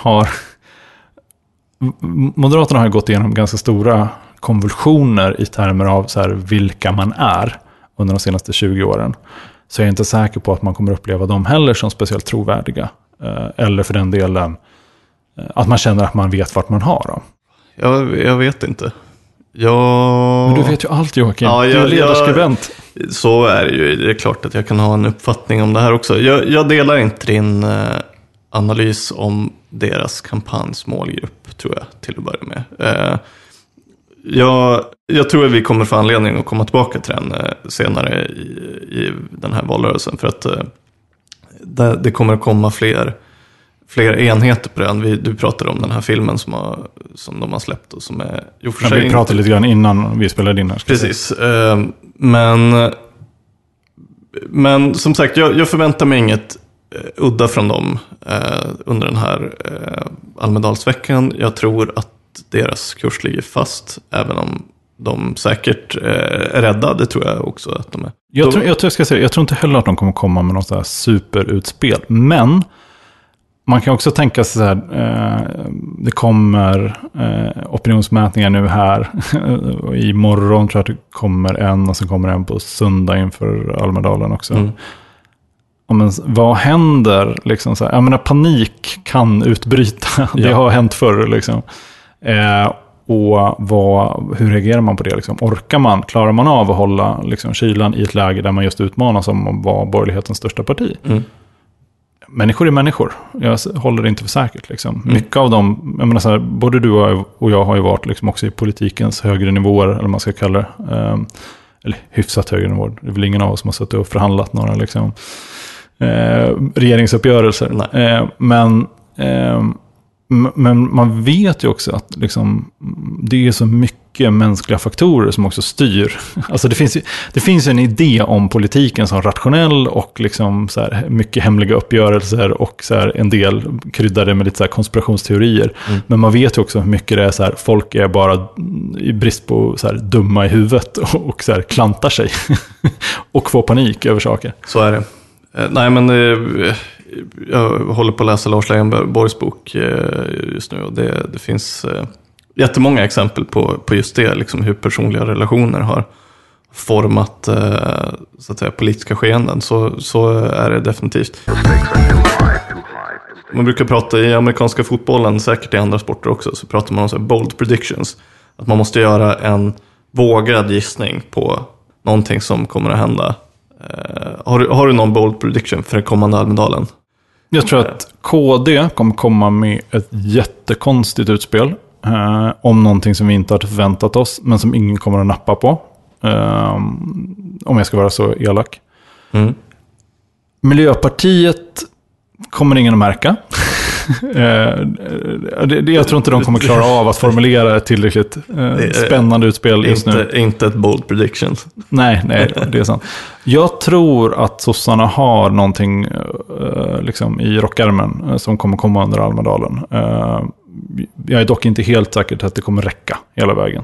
Speaker 4: har gått igenom ganska stora konvulsioner i termer av så här, vilka man är under de senaste 20 åren. Så jag är inte säker på att man kommer uppleva dem heller som speciellt trovärdiga. Eller för den delen att man känner att man vet vart man har dem.
Speaker 5: Jag vet inte.
Speaker 4: Men du vet ju allt, Joakim. Ja, du är ledarskribent.
Speaker 5: Så är det ju. Det är klart att jag kan ha en uppfattning om det här också. Jag delar inte din analys om deras kampanjs målgrupp, tror jag, till att börja med. Jag tror att vi kommer få anledning att komma tillbaka till den senare i den här valrörelsen. För att det kommer att komma fler enheter på den. Du pratade om den här filmen som de har släppt och som är ju för sig.
Speaker 4: Vi pratade lite grann innan vi spelade in här.
Speaker 5: Precis. Men som sagt, jag förväntar mig inget udda från dem under den här Almedalsveckan. Jag tror att deras kurs ligger fast, även om de säkert är rädda. Det tror jag också att de är. Jag tror inte heller att de kommer komma med något så här superutspel. Men man kan också tänka sig så här, det kommer opinionsmätningar nu här. Imorgon tror jag att det kommer en och sen kommer en på söndag inför Almedalen också.
Speaker 4: men, vad händer? Liksom så här, jag menar, panik kan utbryta. Det har hänt förr. Liksom. Och hur reagerar man på det? Liksom? Orkar man? Klarar man av att hålla liksom, kylan i ett läge där man just utmanas som att vara borgerlighetens största parti? Människor är människor. Jag håller det inte för säkert. Liksom. Mycket av dem, jag menar så här, både du och jag har ju varit liksom, också i politikens högre nivåer, eller vad man ska kalla det. Eller hyfsat högre nivåer. Det är väl ingen av oss som har suttit och förhandlat några liksom, regeringsuppgörelser. Men man vet ju också att liksom, det är så mycket mänskliga faktorer som också styr. Alltså det finns en idé om politiken som rationell och liksom så här mycket hemliga uppgörelser och så här en del kryddade med lite så här konspirationsteorier. Men man vet ju också hur mycket det är så här, folk är bara i brist på så här dumma i huvudet och så här klantar sig och får panik över saker.
Speaker 5: Så är det. Nej, men jag håller på att läsa Lars Leijonborgs bok just nu och det finns jättemånga exempel på just det, liksom hur personliga relationer har format så att säga, politiska skeenden. Så är det definitivt. Man brukar prata i amerikanska fotbollen, säkert i andra sporter också, så pratar man om så här bold predictions. Att man måste göra en vågad gissning på någonting som kommer att hända. Har du någon bold prediction för den kommande Almedalen?
Speaker 4: Jag tror att KD kommer komma med ett jättekonstigt utspel om någonting som vi inte har förväntat oss, men som ingen kommer att nappa på. Om jag ska vara så elak. Miljöpartiet kommer ingen att märka. Jag tror inte de kommer klara av att formulera ett tillräckligt spännande utspel just nu.
Speaker 5: Inte ett bold prediction.
Speaker 4: Nej, det är sant. Jag tror att sossarna har någonting liksom i rockärmen som kommer komma under Almedalen. Jag är dock inte helt säker att det kommer räcka hela vägen.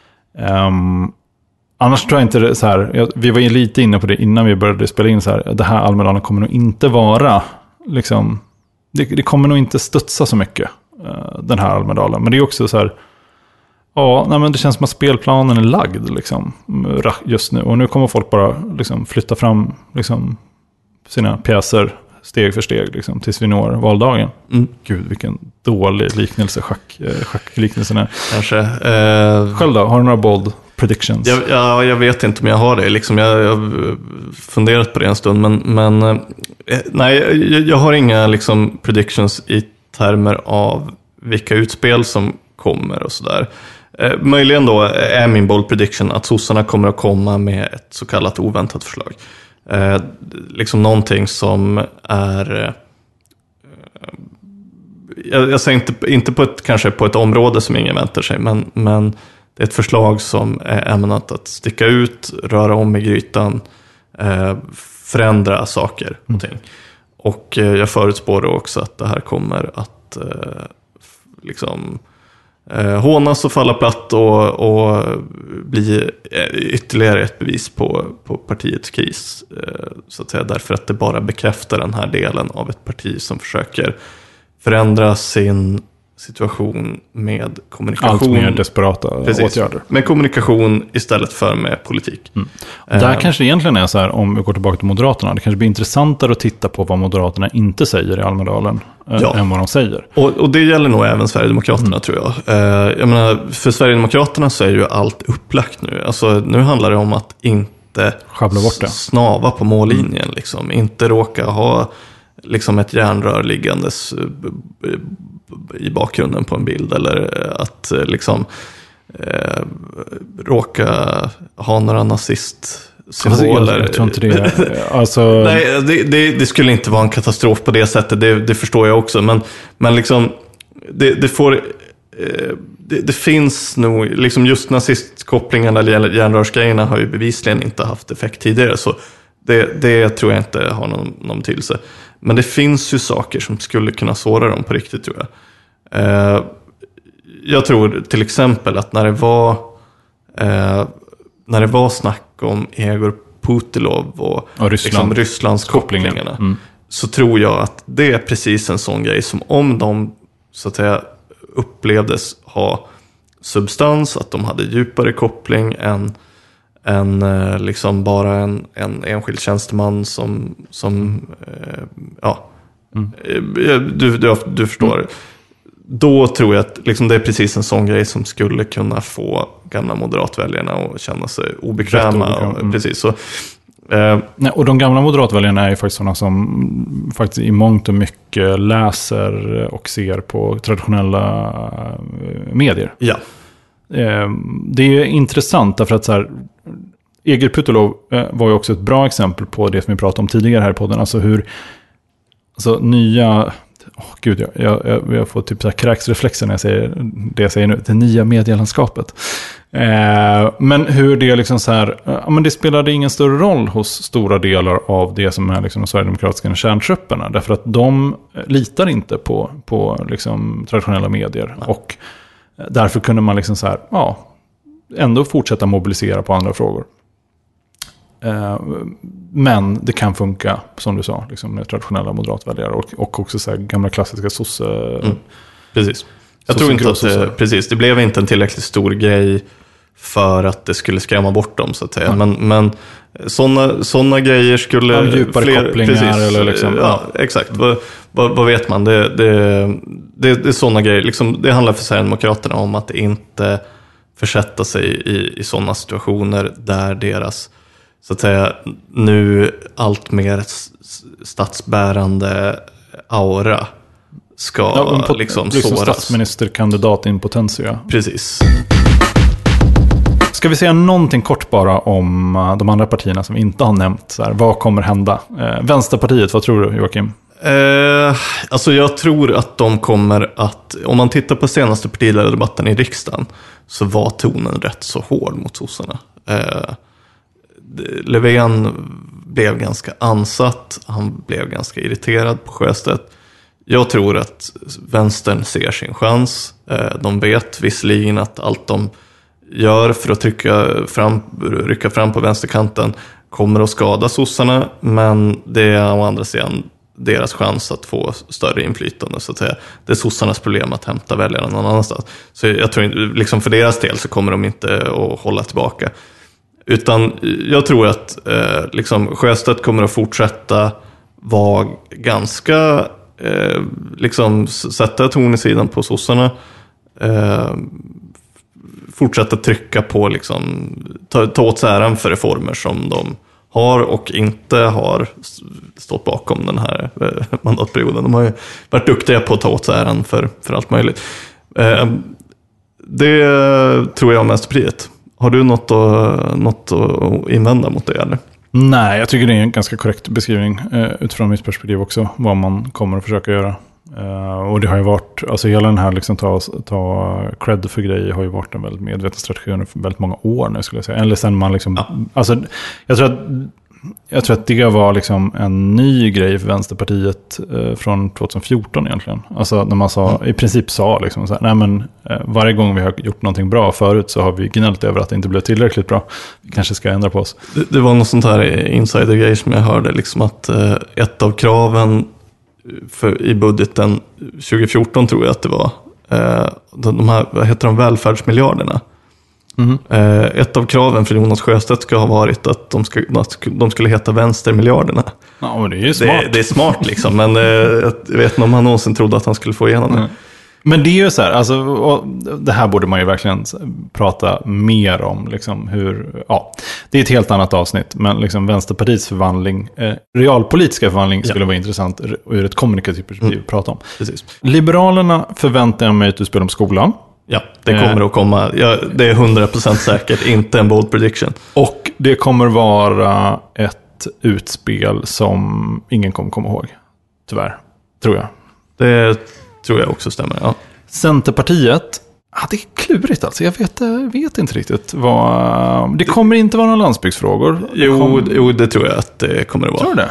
Speaker 4: Annars tror jag inte det så här. Vi var ju lite inne på det innan vi började spela in så här. Det här Almedalen kommer nog inte vara liksom. Det kommer nog inte studsa så mycket den här Almedalen. Men det är också så här. Ja, nej, men det känns som att spelplanen är lagd liksom, just nu. Och nu kommer folk bara liksom, flytta fram liksom, sina pjäser steg för steg liksom, tills vi når valdagen. Gud, vilken dålig liknelse schackliknelsen är.
Speaker 5: Kanske.
Speaker 4: Själv då, har du några bold predictions?
Speaker 5: Jag vet inte om jag har det. Liksom, jag har funderat på det en stund. Men nej, jag har inga liksom, predictions i termer av vilka utspel som kommer och sådär. Möjligen då är min bold prediction att sossarna kommer att komma med ett så kallat oväntat förslag. Liksom någonting som är jag säger inte på ett, kanske på ett område som ingen väntar sig, men det är ett förslag som är ämnat att sticka ut, röra om i grytan, förändra saker och ting. Och jag förutspår också att det här kommer att liksom hånas och falla platt och bli ytterligare ett bevis på partiets kris, så att säga, därför att det bara bekräftar den här delen av ett parti som försöker förändra sin situation med kommunikation.
Speaker 4: Allt mer desperata åtgärder.
Speaker 5: Med kommunikation istället för med politik.
Speaker 4: Där kanske det egentligen är så här, om vi går tillbaka till Moderaterna, det kanske blir intressantare att titta på vad Moderaterna inte säger i Almedalen än vad de säger. Och
Speaker 5: det gäller nog även Sverigedemokraterna, tror jag. Jag menar, för Sverigedemokraterna så är ju allt upplagt nu. Alltså, nu handlar det om att inte snava på mållinjen. Liksom. Inte råka ha liksom ett järnrör liggandes i bakgrunden på en bild, eller att liksom råka ha några nazistsymboler.
Speaker 4: Jag tror inte det. Alltså...
Speaker 5: Nej, det skulle inte vara en katastrof på det sättet, det förstår jag också, men liksom det finns nog liksom, just nazistkopplingarna eller järnrörsgrejerna har ju bevisligen inte haft effekt tidigare, så det tror jag inte har någon betydelse. Men det finns ju saker som skulle kunna såra dem på riktigt, tror jag. Jag tror till exempel att när det var snack om Egor Putilov och liksom Rysslands kopplingarna, så tror jag att det är precis en sån grej som, om de så att säga upplevdes ha substans, att de hade djupare koppling än liksom bara en enskild tjänsteman som du förstår. Då tror jag att liksom det är precis en sån grej som skulle kunna få gamla moderatväljarna att känna sig obekväma. Precis så.
Speaker 4: Nej, och de gamla moderatväljarna är ju faktiskt sådana som faktiskt i mångt och mycket läser och ser på traditionella medier.
Speaker 5: Ja.
Speaker 4: Det är intressant därför att så här, Egil Putolov var ju också ett bra exempel på det som vi pratade om tidigare här i podden. Alltså hur nya... Gud, jag får typ så här kräksreflexer när jag säger det jag säger nu. Det nya medielandskapet. Men hur det liksom så här... men det spelade ingen större roll hos stora delar av det som är liksom de sverigedemokratiska kärntrupperna. Därför att de litar inte på liksom traditionella medier. Ja. Och därför kunde man liksom så här... ändå fortsätta mobilisera på andra frågor. Men det kan funka, som du sa, liksom med traditionella moderatväljare och också så här gamla klassiska sosse...
Speaker 5: Precis. Jag tror inte att det blev inte en tillräckligt stor grej för att det skulle skrämma bort dem, så att säga. Men såna grejer skulle...
Speaker 4: djupare kopplingar eller liksom...
Speaker 5: Ja, exakt. Vad vet man? Det är såna grejer. Liksom, det handlar för Sverigedemokraterna om att inte försätta sig i sådana situationer där deras, så att säga, nu allt mer statsbärande aura ska liksom såras.
Speaker 4: Statsministerkandidat in potential.
Speaker 5: Precis.
Speaker 4: Ska vi säga någonting kort bara om de andra partierna som vi inte har nämnt? Så här, vad kommer hända? Vänsterpartiet, vad tror du, Joakim?
Speaker 5: Alltså jag tror att de kommer att, om man tittar på senaste partiledardebatten i riksdagen, så var tonen rätt så hård mot sossarna. Löfven blev ganska ansatt, han blev ganska irriterad på Sjöstedt. Jag tror att vänstern ser sin chans. De vet visserligen att allt de gör för att rycka fram på vänsterkanten kommer att skada sossarna, men det är å andra sidan deras chans att få större inflytande, så att säga. Det är sossarnas problem att hämta väljarna någon annanstans. Så jag tror liksom för deras del så kommer de inte att hålla tillbaka. Utan jag tror att liksom Sjöstedt kommer att fortsätta vara ganska liksom sätta ton i sidan på sossarna, fortsätta trycka på liksom, ta åt sig äran för reformer som de har och inte har stått bakom den här mandatperioden. De har ju varit duktiga på att ta åt sig äran för allt möjligt. Det tror jag om Vänsterpartiet. Har du något att invända mot det, eller?
Speaker 4: Nej, jag tycker det är en ganska korrekt beskrivning utifrån mitt perspektiv också, vad man kommer att försöka göra. Och det har ju varit, alltså hela den här liksom ta cred för grejer har ju varit en väldigt medveten strategi under väldigt många år nu, skulle jag säga. Eller sen man liksom, alltså jag tror att det var liksom en ny grej för Vänsterpartiet från 2014 egentligen. Alltså när man i princip sa liksom så här, nej men varje gång vi har gjort någonting bra förut så har vi gnällt över att det inte blev tillräckligt bra. Vi kanske ska ändra på oss. Det
Speaker 5: var något sånt här insider-grej som jag hörde, liksom att ett av kraven i budgeten 2014 tror jag att det var de här, vad heter de, välfärdsmiljarderna. Ett av kraven för Jonas Sjöstedt ska ha varit att de skulle heta vänstermiljarderna.
Speaker 4: Ja, men det är ju smart.
Speaker 5: Det är smart liksom, men jag vet inte om han någonsin trodde att han skulle få igenom det.
Speaker 4: Men det är ju så här, alltså, det här borde man ju verkligen prata mer om, liksom hur, det är ett helt annat avsnitt, men liksom Vänsterpartiets förvandling, realpolitiska förvandling skulle vara intressant ur ett kommunikativt perspektiv att prata om.
Speaker 5: Precis.
Speaker 4: Liberalerna förväntar jag mig att du spelar om skolan.
Speaker 5: Ja, det kommer att komma. Ja, det är 100% säkert, inte en bold prediction.
Speaker 4: Och det kommer vara ett utspel som ingen kommer komma ihåg. Tyvärr, tror jag.
Speaker 5: Det tror jag också stämmer, ja.
Speaker 4: Centerpartiet, det är klurigt alltså. Jag vet inte riktigt vad... Det kommer inte vara några landsbygdsfrågor.
Speaker 5: Jo, det tror jag att det kommer att vara.
Speaker 4: Tror du det?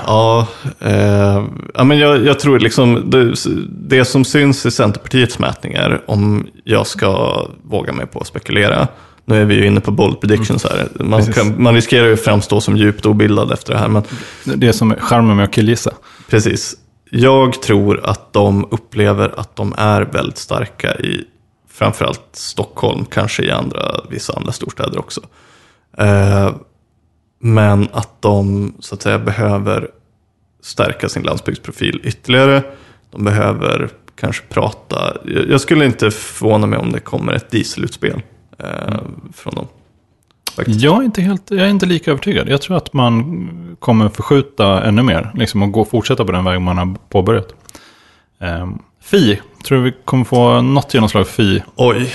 Speaker 5: Ja, men jag tror liksom det som syns i Centerpartiets mätningar, om jag ska våga mig på att spekulera. Nu är vi ju inne på bold predictions här. Man riskerar ju att framstå som djupt obildad efter det här. Men
Speaker 4: det är som charmen med att killgissa.
Speaker 5: Precis. Jag tror att de upplever att de är väldigt starka i framförallt Stockholm, kanske i vissa andra storstäder också. Men att de så att säga behöver stärka sin landsbygdsprofil ytterligare. De behöver kanske prata. Jag skulle inte förvåna mig om det kommer ett dieselutspel från dem.
Speaker 4: Jag är inte lika övertygad. Jag tror att man kommer förskjuta ännu mer. Liksom, och fortsätta på den väg man har påbörjat. Fi, tror du vi kommer få något genomslag för Fi?
Speaker 5: Oj,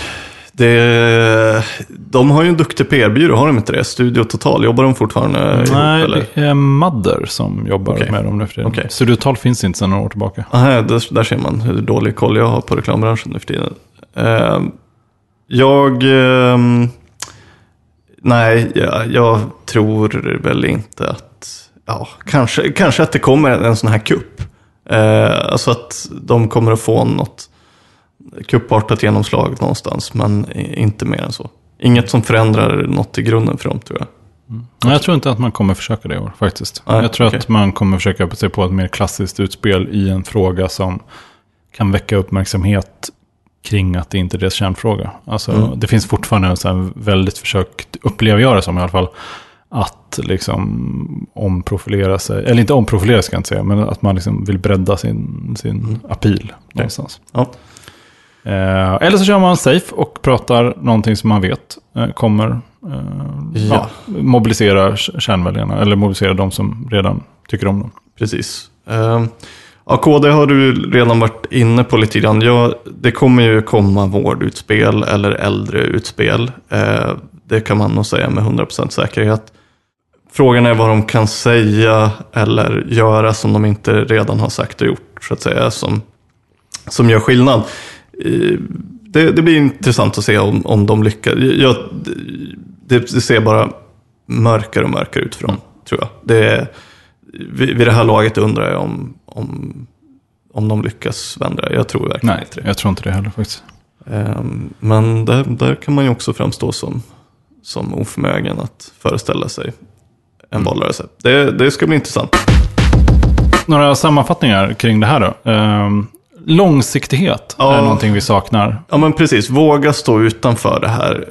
Speaker 5: de har ju en duktig PR-byrå, har de inte det? Studio Total, jobbar de fortfarande ihop?
Speaker 4: Nej,
Speaker 5: eller?
Speaker 4: det är Madder som jobbar med dem nu för tiden.
Speaker 5: Okay.
Speaker 4: Studio Total finns inte sedan några år tillbaka.
Speaker 5: Aha, där ser man hur dålig koll jag har på reklambranschen nu för tiden. Jag tror väl inte att... Ja, kanske att det kommer en sån här kupp. Alltså att de kommer att få något kuppartat genomslag någonstans, men inte mer än så. Inget som förändrar något i grunden för dem, tror jag.
Speaker 4: Jag tror inte att man kommer försöka det i år, faktiskt. Jag tror att man kommer försöka se på ett mer klassiskt utspel i en fråga som kan väcka uppmärksamhet kring att det inte är deras kärnfråga. Alltså, det finns fortfarande en så här väldigt försök, upplever jag det som i alla fall, att liksom omprofilera sig, eller inte omprofilera ska jag inte säga, men att man liksom vill bredda sin appeal någonstans.
Speaker 5: Ja.
Speaker 4: Eller så kör man safe och pratar någonting som man vet kommer mobilisera kärnväljarna, eller mobilisera de som redan tycker om dem.
Speaker 5: Precis. KD har du redan varit inne på lite grann. Det kommer ju komma vårdutspel eller äldreutspel. Det kan man nog säga med 100% säkerhet. Frågan är vad de kan säga eller göra som de inte redan har sagt och gjort, så att säga, som gör skillnad. Det blir intressant att se om de lyckas. Det ser bara mörkare och mörkare ut för dem, tror jag. Vid det här laget undrar jag om de lyckas vända. Jag tror verkligen inte det.
Speaker 4: Jag tror inte det heller faktiskt.
Speaker 5: Men där kan man ju också framstå som oförmögen att föreställa sig en valrörelse. Det ska bli intressant.
Speaker 4: Några sammanfattningar kring det här då? Långsiktighet är någonting vi saknar.
Speaker 5: Ja, men precis. Våga stå utanför det här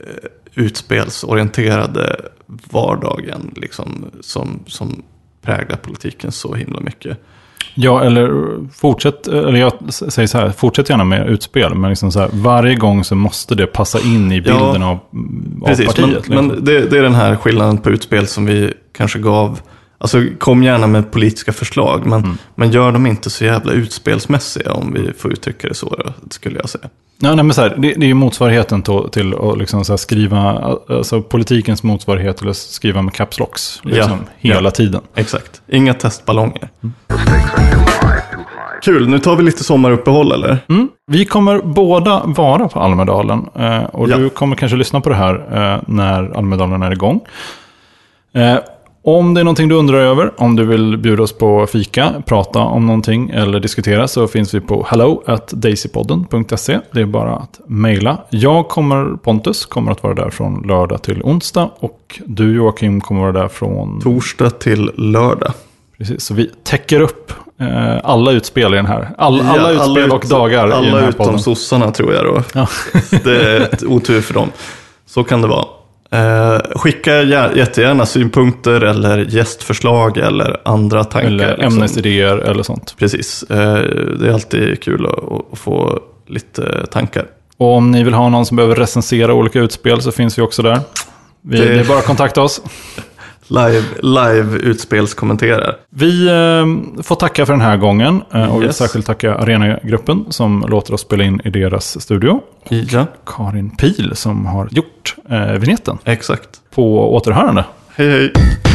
Speaker 5: utspelsorienterade vardagen liksom, som präglar politiken så himla mycket.
Speaker 4: Ja, eller jag säger så här, fortsätt gärna med utspel, men liksom så här, varje gång så måste det passa in i bilden av partiet.
Speaker 5: Men det är den här skillnaden på utspel som vi kanske gav. Alltså kom gärna med politiska förslag, men gör dem inte så jävla utspelsmässiga, om vi får uttrycka det så, skulle jag säga.
Speaker 4: Nej, men så här, det är ju motsvarigheten till att liksom så här skriva, alltså politikens motsvarighet till att skriva med caps locks liksom, hela tiden.
Speaker 5: Exakt, inga testballonger. Kul, nu tar vi lite sommaruppehåll, eller?
Speaker 4: Vi kommer båda vara på Almedalen, och du kommer kanske lyssna på det här när Almedalen är igång. Om det är någonting du undrar över, om du vill bjuda oss på fika, prata om någonting eller diskutera, så finns vi på hello@daisypodden.se. Det är bara att mejla. Pontus kommer att vara där från lördag till onsdag, och du, Joakim, kommer vara där från
Speaker 5: torsdag till lördag.
Speaker 4: Precis, så vi täcker upp alla utspel i den här. Alla utspel och dagar i den här podden.
Speaker 5: Alla utom sossarna, tror jag då. Ja. Det är ett otur för dem. Så kan det vara. Skicka jättegärna synpunkter eller gästförslag eller andra tankar.
Speaker 4: Eller ämnesidéer eller sånt.
Speaker 5: Precis. Det är alltid kul att få lite tankar.
Speaker 4: Och om ni vill ha någon som behöver recensera olika utspel, så finns vi också där. Det är bara att kontakta oss.
Speaker 5: Live utspelskommenterar.
Speaker 4: Vi får tacka för den här gången. Och vi särskilt tacka Arena-gruppen som låter oss spela in i deras studio.
Speaker 5: Ja.
Speaker 4: Karin Pil som har gjort vignetten.
Speaker 5: Exakt.
Speaker 4: På återhörande.
Speaker 5: Hej hej.